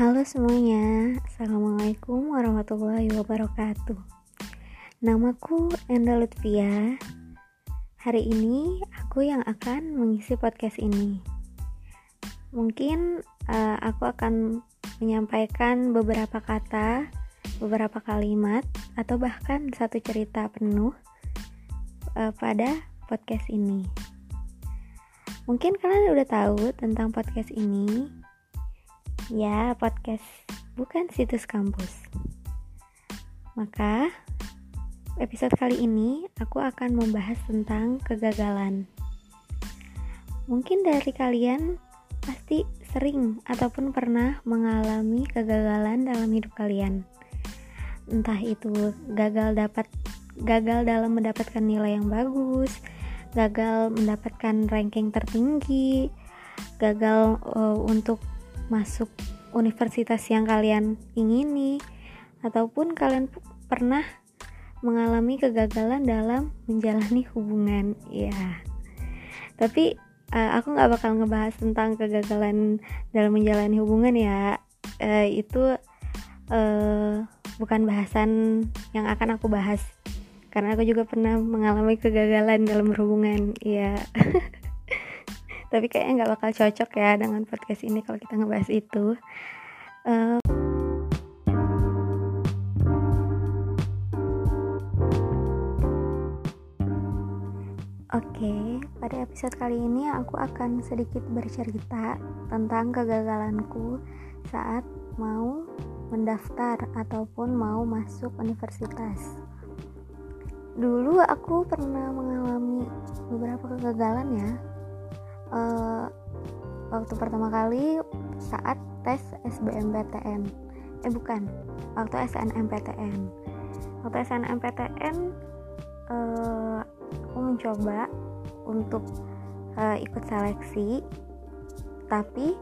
Halo semuanya, Assalamualaikum warahmatullahi wabarakatuh. Namaku Enda Lutfia. Hari ini aku yang akan mengisi podcast ini. Mungkin aku akan menyampaikan beberapa kata, beberapa kalimat, atau bahkan satu cerita penuh pada podcast ini. Mungkin kalian udah tahu tentang podcast ini. Ya, podcast bukan situs kampus. Maka, episode kali ini aku akan membahas tentang kegagalan. Mungkin dari kalian pasti sering ataupun pernah mengalami kegagalan dalam hidup kalian. Entah itu gagal dalam mendapatkan nilai yang bagus, gagal mendapatkan ranking tertinggi, gagal untuk masuk universitas yang kalian ingini, ataupun kalian pernah mengalami kegagalan dalam menjalani hubungan. Ya, tapi aku nggak bakal ngebahas tentang kegagalan dalam menjalani hubungan ya. Itu bukan bahasan yang akan aku bahas, karena aku juga pernah mengalami kegagalan dalam berhubungan. Ya. Tapi kayaknya gak bakal cocok ya dengan podcast ini kalau kita ngebahas itu. Oke, pada episode kali ini aku akan sedikit bercerita tentang kegagalanku saat mau mendaftar ataupun mau masuk universitas. Dulu aku pernah mengalami beberapa kegagalan ya. Waktu pertama kali saat tes SBMPTN waktu SNMPTN. Waktu SNMPTN aku mencoba untuk ikut seleksi, tapi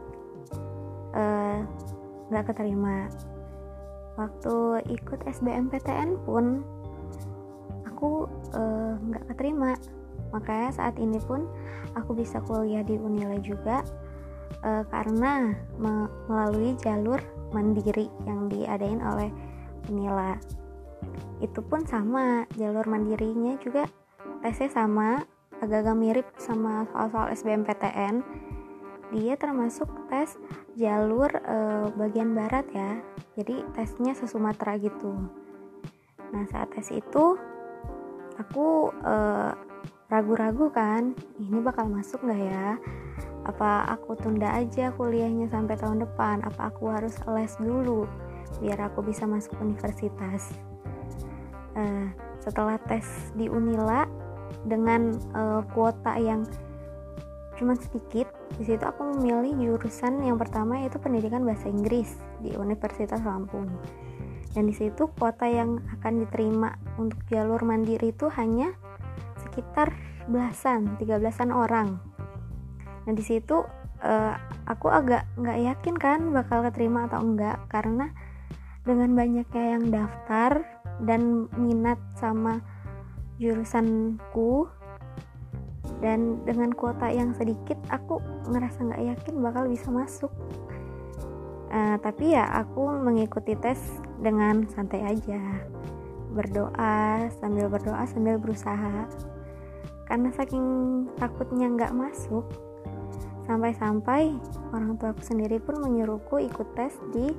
gak keterima. Waktu ikut SBMPTN pun aku gak keterima. Makanya saat ini pun aku bisa kuliah di Unila juga karena melalui jalur mandiri yang diadain oleh Unila. Itu pun sama, jalur mandirinya juga tesnya sama, agak-agak mirip sama soal-soal SBMPTN. Dia termasuk tes jalur bagian barat ya, jadi tesnya se-Sumatera gitu. Nah, saat tes itu aku ragu-ragu kan, ini bakal masuk gak ya? Apa aku tunda aja kuliahnya sampai tahun depan? Apa aku harus les dulu biar aku bisa masuk universitas? Setelah tes di Unila dengan kuota yang cuma sedikit, di situ aku memilih jurusan yang pertama yaitu pendidikan bahasa Inggris di Universitas Lampung. Dan di situ kuota yang akan diterima untuk jalur mandiri itu hanya sekitar 13-an orang. Nah di situ aku agak nggak yakin kan bakal keterima atau enggak, karena dengan banyaknya yang daftar dan minat sama jurusanku dan dengan kuota yang sedikit, aku ngerasa nggak yakin bakal bisa masuk. Tapi ya aku mengikuti tes dengan santai aja, sambil berdoa sambil berusaha. Karena saking takutnya nggak masuk, sampai-sampai orang tuaku sendiri pun menyuruhku ikut tes di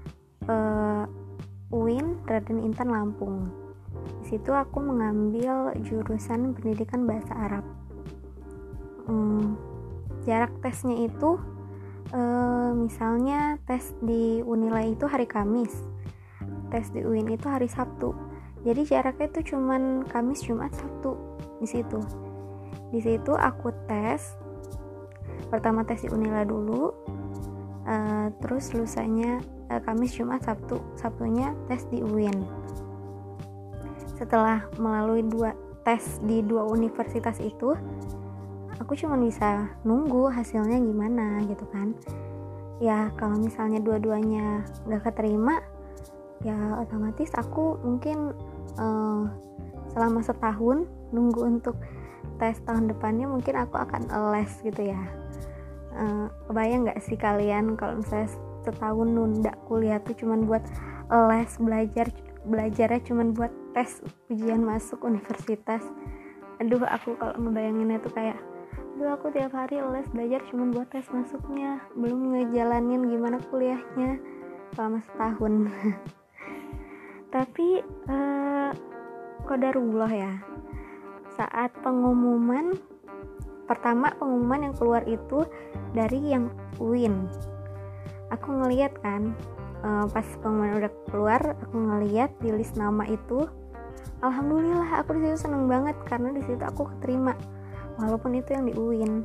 UIN Raden Intan Lampung. Di situ aku mengambil jurusan pendidikan bahasa Arab. Jarak tesnya itu misalnya tes di Unila itu hari Kamis, tes di UIN itu hari Sabtu. Jadi jaraknya itu cuman Kamis, Jumat, Sabtu di situ. Di situ aku tes. Pertama tes di Unila dulu, terus lusanya Kamis, Jumat, Sabtu. Sabtunya tes di UIN. Setelah melalui 2 tes di 2 universitas itu, aku cuma bisa nunggu hasilnya gimana gitu kan. Ya kalau misalnya dua-duanya gak keterima, ya otomatis aku mungkin selama setahun nunggu untuk tes tahun depannya, mungkin aku akan les gitu ya. Kebayang gak sih kalian kalau misalnya setahun nunda kuliah tuh cuman buat les, belajarnya cuman buat tes ujian masuk universitas. Aduh, aku kalau ngebayanginnya tuh kayak, aduh, aku tiap hari les belajar cuman buat tes masuknya, belum ngejalanin gimana kuliahnya selama setahun. Tapi qadarullah ya, saat pengumuman yang keluar itu dari yang UIN, aku ngeliat kan, pas pengumuman udah keluar, aku ngeliat di list nama itu, alhamdulillah aku di situ seneng banget karena di situ aku keterima, walaupun itu yang di UIN.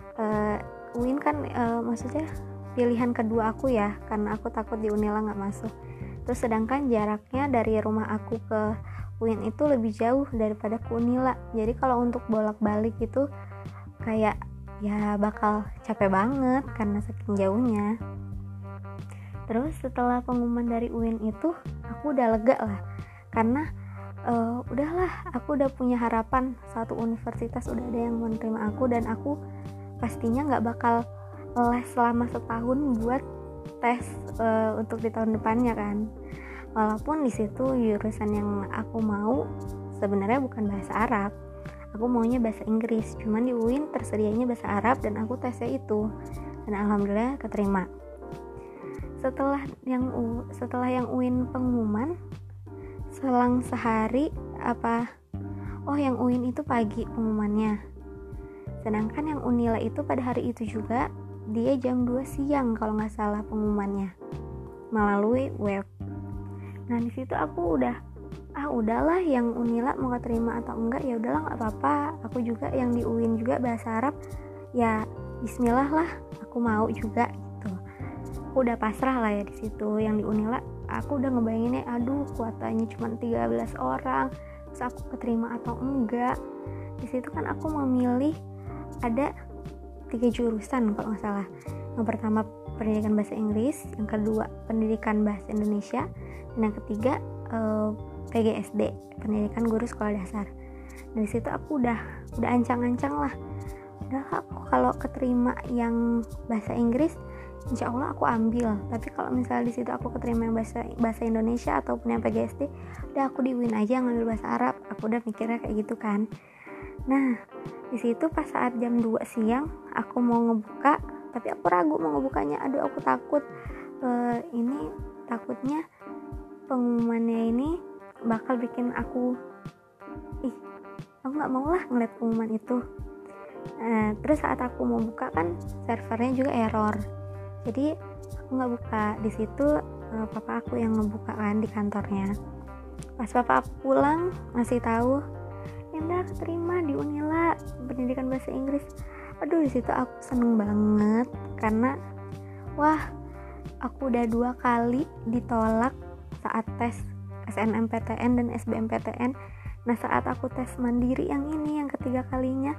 UIN kan maksudnya pilihan kedua aku ya, karena aku takut di Unila nggak masuk. Terus sedangkan jaraknya dari rumah aku ke UIN itu lebih jauh daripada ke Unila, jadi kalau untuk bolak-balik itu kayak ya bakal capek banget karena saking jauhnya. Terus setelah pengumuman dari UIN itu aku udah lega lah, karena udahlah, aku udah punya harapan satu universitas udah ada yang menerima aku, dan aku pastinya nggak bakal les selama setahun buat tes untuk di tahun depannya kan. Walaupun di situ jurusan yang aku mau sebenarnya bukan bahasa Arab, aku maunya bahasa Inggris, cuman di UIN tersedianya bahasa Arab dan aku tesnya itu, dan alhamdulillah keterima. Setelah yang UIN pengumuman, selang sehari yang UIN itu pagi pengumumannya, sedangkan yang Unila itu pada hari itu juga dia jam 2 siang kalau nggak salah pengumumannya melalui web. Nah di situ aku udahlah, yang Unila mau keterima atau enggak ya udahlah, nggak apa-apa, aku juga yang di UIN juga bahasa Arab ya, bismillah lah, aku mau juga gitu. Aku udah pasrah lah ya di situ. Yang di Unila aku udah ngebayanginnya, aduh kuotanya cuma 13 orang, terus aku keterima atau enggak. Di situ kan aku memilih ada 3 jurusan kalau nggak salah. Yang pertama pendidikan bahasa Inggris, yang kedua pendidikan bahasa Indonesia, dan yang ketiga PGSD, pendidikan guru sekolah dasar. Dari situ aku udah ancang-ancang lah, udah aku kalau keterima yang bahasa Inggris insya Allah aku ambil, tapi kalau misalnya di situ aku keterima yang bahasa Indonesia ataupun yang PGSD, udah aku di UIN aja ngambil bahasa Arab. Aku udah mikirnya kayak gitu kan. Nah di situ pas saat jam 2 siang aku mau ngebuka, tapi aku ragu mau ngebukanya. Aduh, aku takut ini takutnya pengumumannya ini bakal bikin aku nggak mau lah ngeliat pengumuman itu. Terus saat aku mau buka kan servernya juga error, jadi aku nggak buka. Di situ papa aku yang ngebuka kan di kantornya. Pas papa aku pulang ngasih tahu, Indah keterima di Unila pendidikan bahasa Inggris. Aduh, di situ aku seneng banget karena wah, aku udah 2 kali ditolak saat tes SNMPTN dan SBMPTN. Nah saat aku tes mandiri yang ini, yang ketiga kalinya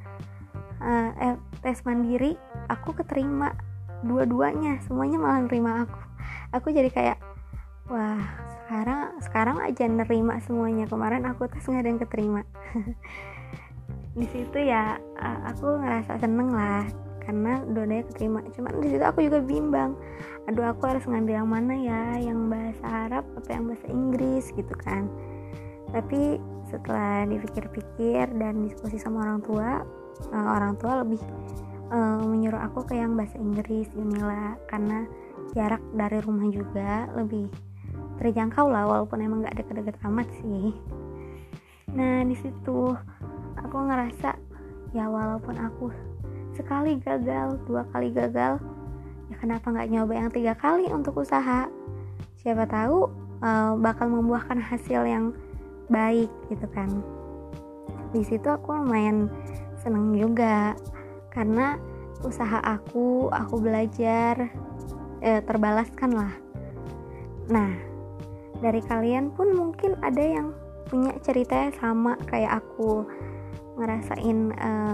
tes mandiri, aku keterima dua-duanya, semuanya malah nerima aku jadi kayak wah, sekarang aja nerima semuanya. Kemarin aku tes nggak ada yang keterima. Di situ ya aku ngerasa seneng lah karena dua-duanya keterima. Cuman di situ aku juga bimbang, aduh aku harus ngambil yang mana ya, yang bahasa Arab atau yang bahasa Inggris gitu kan. Tapi setelah dipikir-pikir dan diskusi sama orang tua lebih menyuruh aku ke yang bahasa Inggris Unila, karena jarak dari rumah juga lebih terjangkau lah, walaupun emang nggak deket-deket amat sih. Nah di situ aku ngerasa ya walaupun aku sekali gagal, 2 kali gagal, ya kenapa nggak nyoba yang 3 kali untuk usaha? Siapa tahu bakal membuahkan hasil yang baik gitu kan. Di situ aku lumayan seneng juga karena usaha aku belajar terbalaskan lah. Nah dari kalian pun mungkin ada yang punya ceritanya sama kayak aku, ngerasain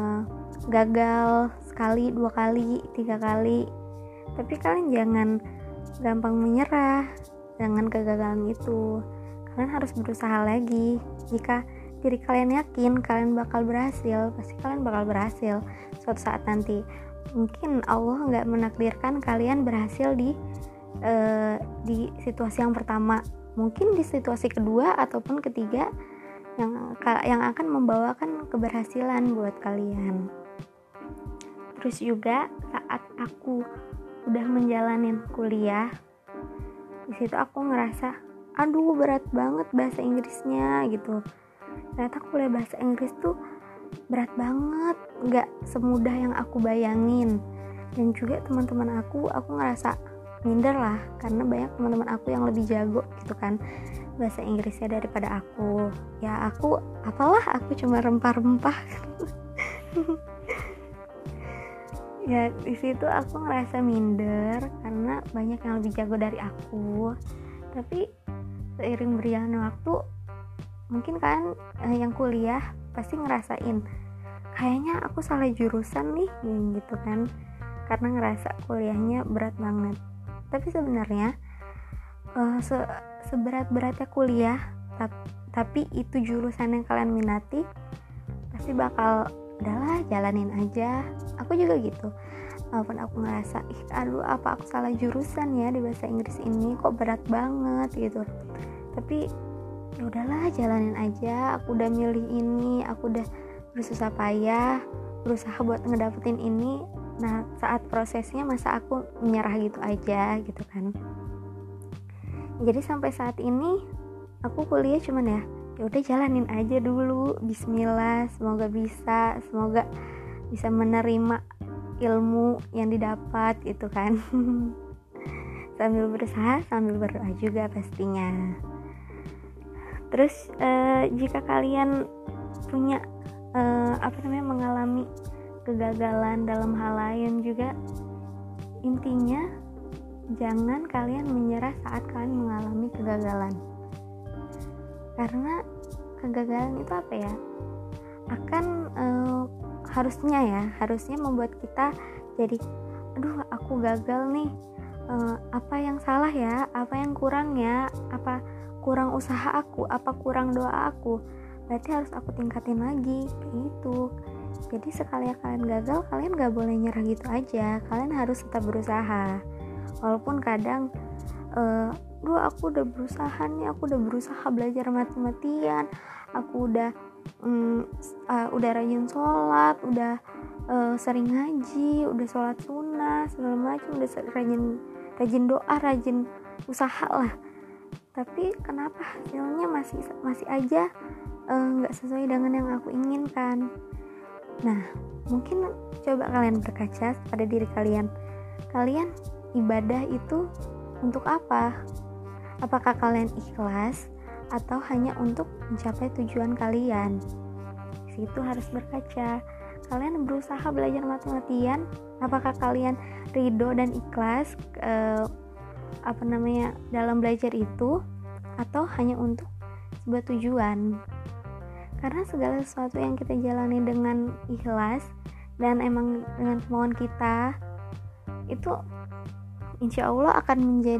gagal sekali, 2 kali, 3 kali. Tapi kalian jangan gampang menyerah dengan kegagalan itu. Kalian harus berusaha lagi. Jika diri kalian yakin kalian bakal berhasil, pasti kalian bakal berhasil suatu saat nanti. Mungkin Allah nggak menakdirkan kalian berhasil di di situasi yang pertama, mungkin di situasi kedua ataupun ketiga yang akan membawakan keberhasilan buat kalian. Terus juga saat aku udah menjalanin kuliah, di situ aku ngerasa aduh berat banget bahasa Inggrisnya gitu. Ternyata kuliah bahasa Inggris tuh berat banget, nggak semudah yang aku bayangin. Dan juga teman-teman aku ngerasa minder lah, karena banyak teman-teman aku yang lebih jago gitu kan bahasa Inggrisnya daripada aku. Ya aku cuma rempah-rempah. Ya di situ aku ngerasa minder karena banyak yang lebih jago dari aku. Tapi seiring berjalannya waktu, mungkin kan yang kuliah pasti ngerasain kayaknya aku salah jurusan nih gitu kan, karena ngerasa kuliahnya berat banget. Tapi sebenarnya seberat-beratnya kuliah, tapi itu jurusan yang kalian minati, pasti bakal udahlah jalanin aja. Aku juga gitu, walaupun aku ngerasa aduh apa aku salah jurusan ya di bahasa Inggris ini, kok berat banget gitu, tapi ya udahlah jalanin aja. Aku udah milih ini, aku udah bersusah payah berusaha buat ngedapetin ini. Nah saat prosesnya masa aku menyerah gitu aja gitu kan. Jadi sampai saat ini aku kuliah cuman ya udah jalanin aja dulu, bismillah, semoga bisa menerima ilmu yang didapat gitu kan. Sambil berusaha, sambil berdoa juga pastinya. Terus jika kalian punya mengalami kegagalan dalam hal lain juga, intinya jangan kalian menyerah saat kalian mengalami kegagalan. Karena kegagalan itu akan harusnya membuat kita jadi aduh aku gagal nih, apa yang salah ya, apa yang kurang ya, apa kurang usaha aku, apa kurang doa aku, berarti harus aku tingkatin lagi kayak gitu. Jadi sekali kalian gagal, kalian gak boleh nyerah gitu aja, kalian harus tetap berusaha. Walaupun kadang aku udah berusaha nih, aku udah berusaha belajar mati-matian, aku udah rajin sholat, udah sering ngaji, udah sholat sunnah segala macam, udah rajin doa, rajin usaha lah, tapi kenapa hasilnya masih aja nggak sesuai dengan yang aku inginkan. Nah mungkin coba kalian berkaca pada diri kalian ibadah itu untuk apa? Apakah kalian ikhlas atau hanya untuk mencapai tujuan kalian? Situ harus berkaca. Kalian berusaha belajar mati-matian, apakah kalian ridho dan ikhlas dalam belajar itu, atau hanya untuk sebuah tujuan? Karena segala sesuatu yang kita jalani dengan ikhlas dan emang dengan kemauan kita, itu insya Allah akan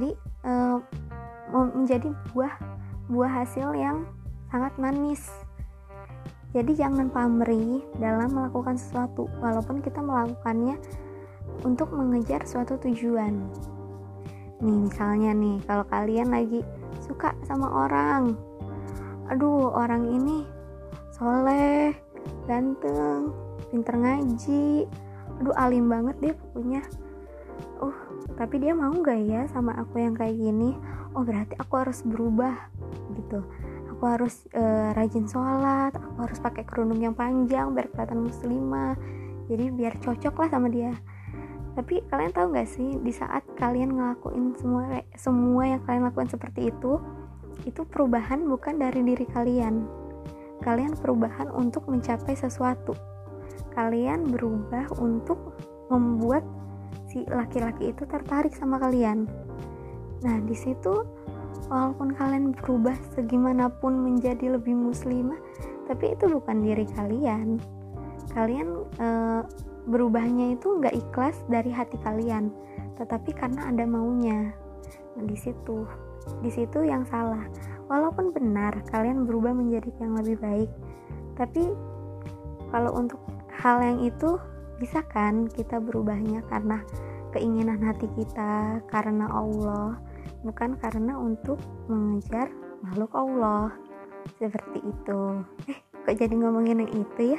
menjadi buah hasil yang sangat manis. Jadi jangan pamrih dalam melakukan sesuatu, walaupun kita melakukannya untuk mengejar suatu tujuan. Nih misalnya nih, kalau kalian lagi suka sama orang, aduh orang ini soleh, ganteng, pinter ngaji, aduh alim banget deh pokoknya, tapi dia mau gak ya sama aku yang kayak gini? Oh berarti aku harus berubah gitu, aku harus rajin sholat, aku harus pakai kerudung yang panjang biar kelihatan muslimah, jadi biar cocok lah sama dia. Tapi kalian tahu gak sih, di saat kalian ngelakuin semua yang kalian lakukan seperti itu perubahan bukan dari diri kalian perubahan untuk mencapai sesuatu. Kalian berubah untuk membuat si laki-laki itu tertarik sama kalian. Nah di situ walaupun kalian berubah segimanapun menjadi lebih muslimah, tapi itu bukan diri kalian. Kalian berubahnya itu nggak ikhlas dari hati kalian, tetapi karena ada maunya. Nah di situ yang salah. Walaupun benar kalian berubah menjadi yang lebih baik, tapi kalau untuk hal yang itu bisa kan kita berubahnya karena keinginan hati kita karena Allah, bukan karena untuk mengejar makhluk Allah. Seperti itu. Kok jadi ngomongin yang itu ya?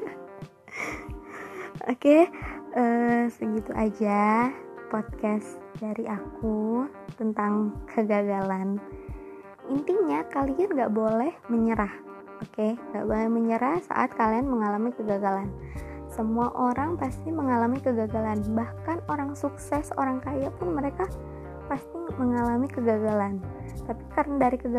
Oke, segitu aja podcast dari aku tentang kegagalan. Intinya kalian gak boleh menyerah. Oke, gak boleh menyerah saat kalian mengalami kegagalan. Semua orang pasti mengalami kegagalan. Bahkan orang sukses, orang kaya pun mereka pasti mengalami kegagalan. Tapi karena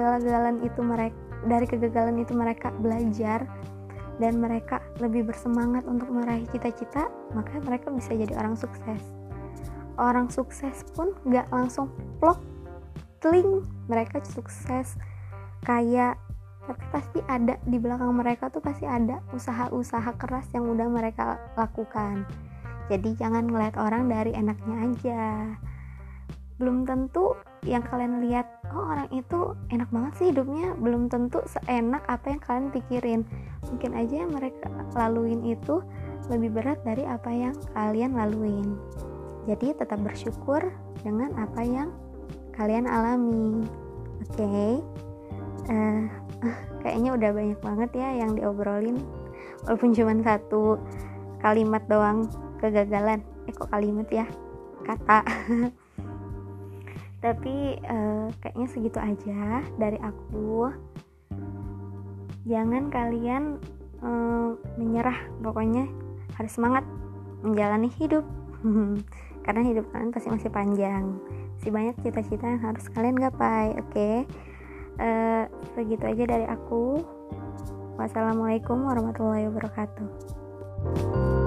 dari kegagalan itu mereka belajar dan mereka lebih bersemangat untuk meraih cita-cita, maka mereka bisa jadi orang sukses. Orang sukses pun gak langsung plok kling mereka sukses kaya, tapi pasti ada di belakang mereka tuh, pasti ada usaha-usaha keras yang udah mereka lakukan. Jadi jangan ngeliat orang dari enaknya aja. Belum tentu yang kalian lihat, oh orang itu enak banget sih hidupnya, belum tentu seenak apa yang kalian pikirin. Mungkin aja yang mereka laluin itu lebih berat dari apa yang kalian laluin. Jadi tetap bersyukur dengan apa yang kalian alami. Oke. Kayaknya udah banyak banget ya yang diobrolin, walaupun cuma satu kalimat doang, kegagalan. Kok kalimat ya, kata. Tapi kayaknya segitu aja dari aku. Jangan kalian menyerah, pokoknya harus semangat menjalani hidup. Karena hidup kalian pasti masih panjang, masih banyak cita-cita yang harus kalian gapai. Oke. Segitu aja dari aku. Wassalamualaikum warahmatullahi wabarakatuh.